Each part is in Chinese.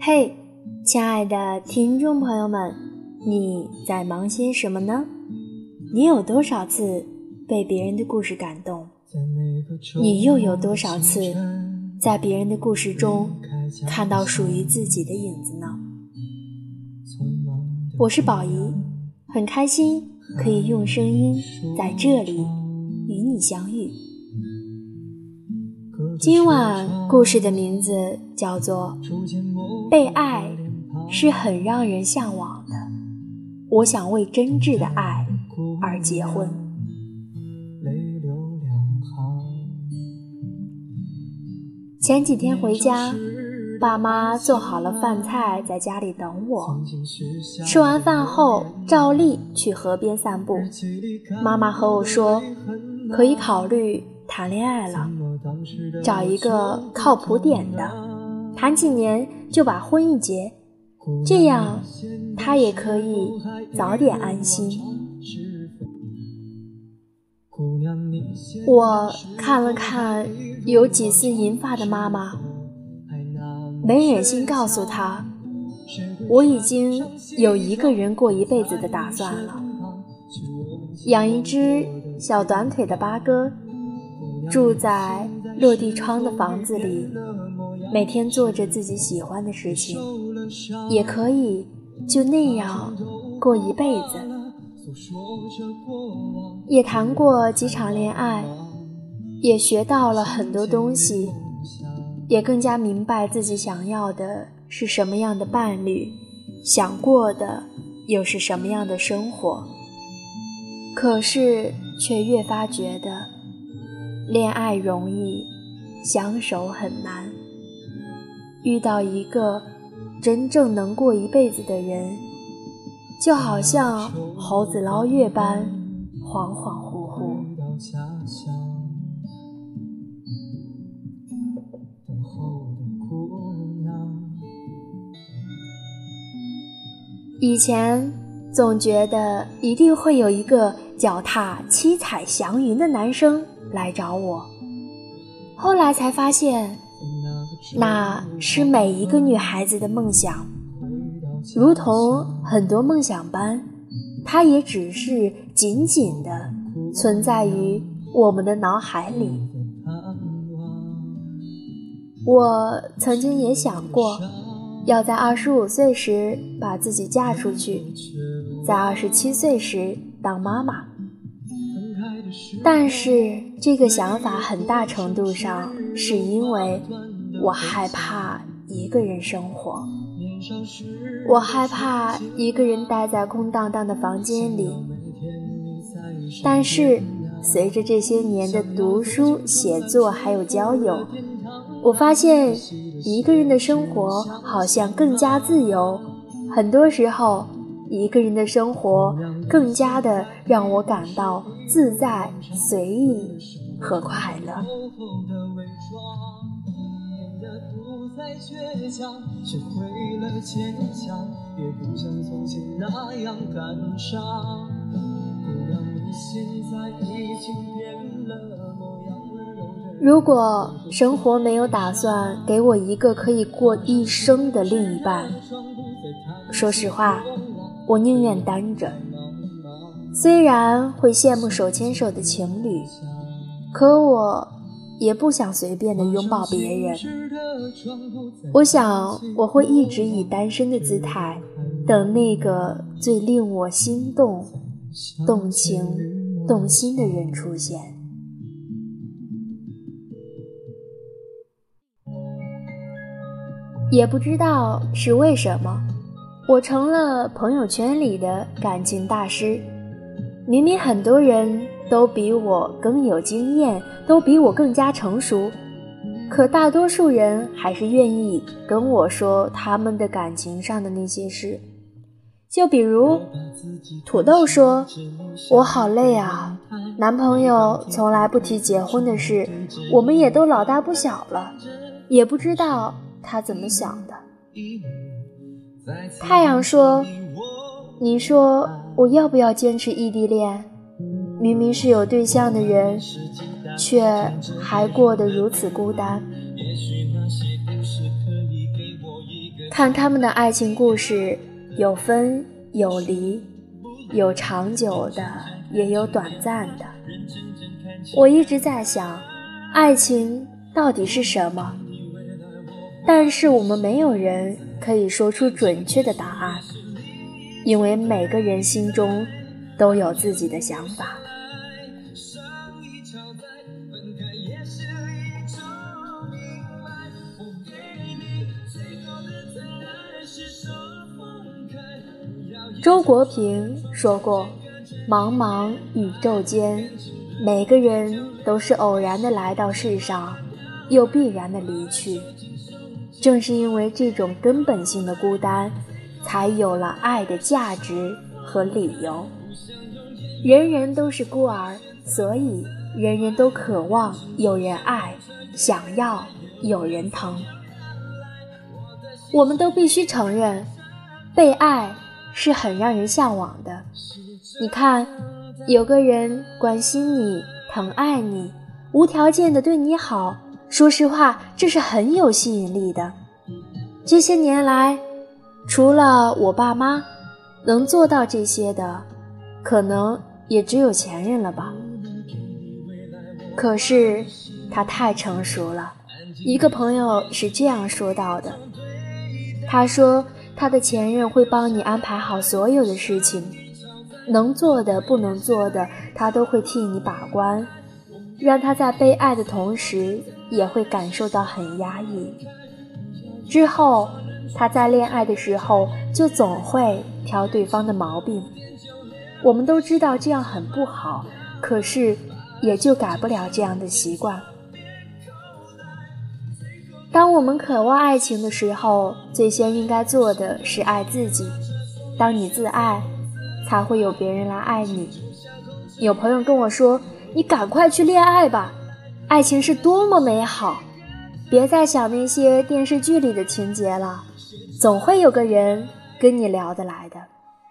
嘿，亲爱的听众朋友们，你在忙些什么呢？你有多少次被别人的故事感动？你又有多少次在别人的故事中看到属于自己的影子呢？我是宝仪，很开心可以用声音在这里与你相遇。今晚故事的名字叫做被爱是很让人向往的，我想为真挚的爱而结婚。前几天回家，爸妈做好了饭菜在家里等我，吃完饭后照例去河边散步。妈妈和我说可以考虑谈恋爱了，找一个靠谱点的，谈几年就把婚一结，这样他也可以早点安心。我看了看有几丝银发的妈妈，没忍心告诉她我已经有一个人过一辈子的打算了，养一只小短腿的八哥，住在落地窗的房子里，每天做着自己喜欢的事情，也可以就那样过一辈子。也谈过几场恋爱，也学到了很多东西，也更加明白自己想要的是什么样的伴侣，想过的又是什么样的生活。可是却越发觉得恋爱容易，相守很难。遇到一个真正能过一辈子的人，就好像猴子捞月般恍恍惚惚。以前总觉得一定会有一个脚踏七彩祥云的男生来找我，后来才发现那是每一个女孩子的梦想，如同很多梦想般，它也只是紧紧地存在于我们的脑海里。我曾经也想过要在25岁时把自己嫁出去，在27岁时当妈妈，但是这个想法很大程度上是因为我害怕一个人生活，我害怕一个人待在空荡荡的房间里。但是随着这些年的读书、写作还有交友，我发现一个人的生活好像更加自由，很多时候一个人的生活更加的让我感到自在、随意和快乐。学会了坚强，也不像从前那样感伤。不让你现在已经变了模样。如果生活没有打算给我一个可以过一生的另一半，说实话，我宁愿单着。虽然会羡慕手牵手的情侣，可我也不想随便的拥抱别人。我想我会一直以单身的姿态等那个最令我心动、动情、动心的人出现。也不知道是为什么，我成了朋友圈里的感情大师。明明很多人都比我更有经验，都比我更加成熟，可大多数人还是愿意跟我说他们的感情上的那些事。就比如土豆说，我好累啊，男朋友从来不提结婚的事，我们也都老大不小了，也不知道他怎么想的。太阳说，你说我要不要坚持异地恋？明明是有对象的人，却还过得如此孤单。 看他们的爱情故事，有分有离，有长久的，也有短暂的。我一直在想，爱情到底是什么？但是我们没有人可以说出准确的答案，因为每个人心中都有自己的想法。周国平说过，茫茫宇宙间，每个人都是偶然的来到世上，又必然的离去。正是因为这种根本性的孤单，才有了爱的价值和理由。人人都是孤儿，所以人人都渴望有人爱，想要有人疼。我们都必须承认，被爱是很让人向往的。你看，有个人关心你，疼爱你，无条件的对你好，说实话，这是很有吸引力的。这些年来，除了我爸妈，能做到这些的，可能也只有前任了吧。可是他太成熟了。一个朋友是这样说到的，他说他的前任会帮你安排好所有的事情，能做的不能做的他都会替你把关，让他在被爱的同时也会感受到很压抑。之后他在恋爱的时候就总会挑对方的毛病。我们都知道这样很不好，可是也就改不了这样的习惯。当我们渴望爱情的时候，最先应该做的是爱自己。当你自爱，才会有别人来爱你。有朋友跟我说，你赶快去恋爱吧，爱情是多么美好，别再想那些电视剧里的情节了，总会有个人跟你聊得来的。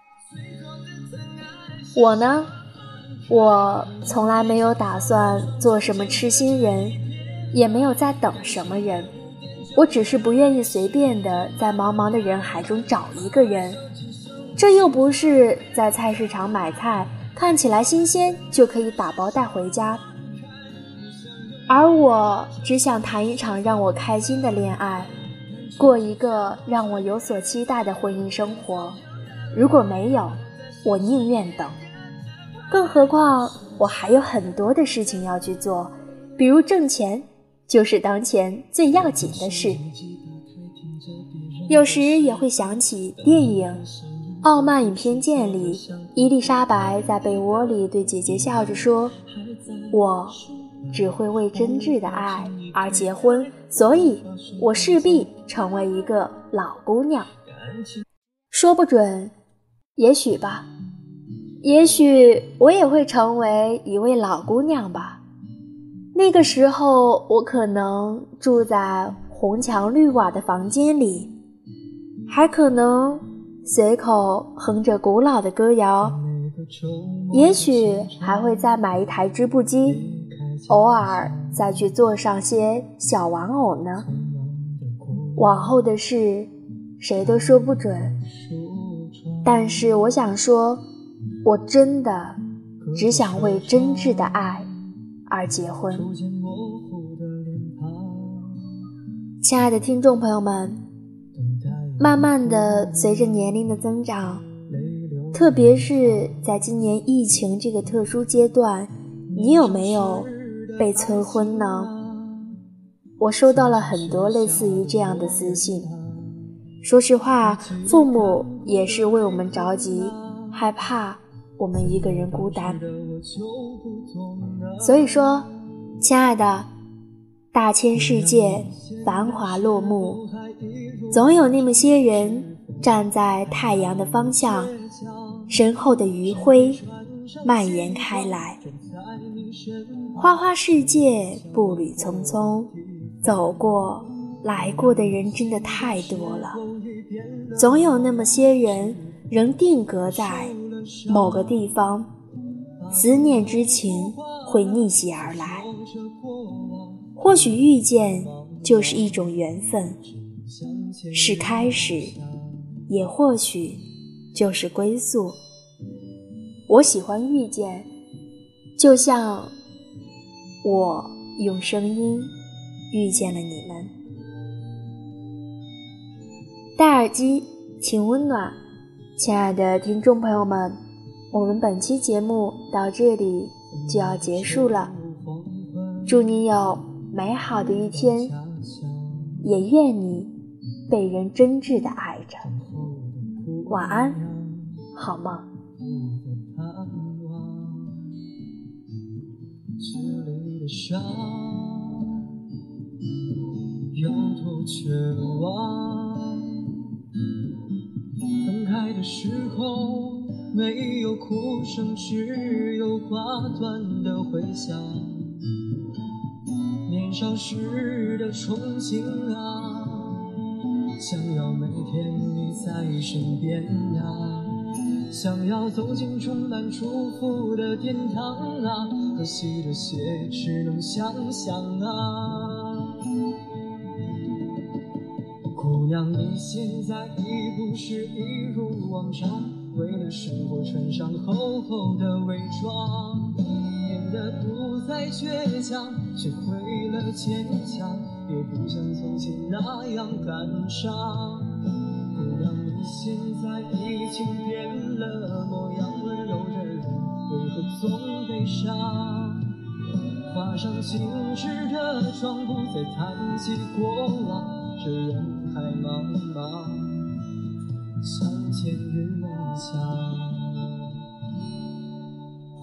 我呢，我从来没有打算做什么痴心人，也没有在等什么人，我只是不愿意随便的在茫茫的人海中找一个人。这又不是在菜市场买菜，看起来新鲜就可以打包带回家。而我只想谈一场让我开心的恋爱，过一个让我有所期待的婚姻生活。如果没有，我宁愿等。更何况我还有很多的事情要去做，比如挣钱，就是当前最要紧的事。有时也会想起电影《傲慢与偏见》里，伊丽莎白在被窝里对姐姐笑着说，我只会为真挚的爱而结婚，所以我势必成为一个老姑娘。说不准，也许吧，也许我也会成为一位老姑娘吧。那个时候我可能住在红墙绿瓦的房间里，还可能随口哼着古老的歌谣，也许还会再买一台织布机，偶尔再去做上些小玩偶呢。往后的事谁都说不准，但是我想说，我真的只想为真挚的爱而结婚。亲爱的听众朋友们，慢慢的随着年龄的增长，特别是在今年疫情这个特殊阶段，你有没有被催婚呢？我收到了很多类似于这样的私信。说实话，父母也是为我们着急，害怕我们一个人孤单。所以说，亲爱的，大千世界，繁华落幕，总有那么些人站在太阳的方向，身后的余晖蔓延开来。花花世界，步履匆匆，走过来过的人真的太多了，总有那么些人仍定格在某个地方，思念之情会逆袭而来。或许遇见就是一种缘分， 是开始，也或许就是归宿。我喜欢遇见，就像我用声音遇见了你们。戴耳机，请温暖。亲爱的听众朋友们，我们本期节目到这里就要结束了。祝你有美好的一天，也愿你被人真挚地爱着。晚安，好梦。 这里的沙有多绝望，分开的时候没有哭声，只有挂断的回响。年少时的憧憬啊，想要每天你在身边啊，想要走进充满祝福的天堂啊，可惜这些只能想象啊。姑娘，你现在已不是一如往常，为了生活穿上厚厚的伪装，变得不再倔强，学会了坚强，也不像从前那样感伤。姑娘，你现在已经变了模样，温柔的人为何总悲伤？画上静止的妆，不再谈起过往，这人海茫茫，相见与梦想。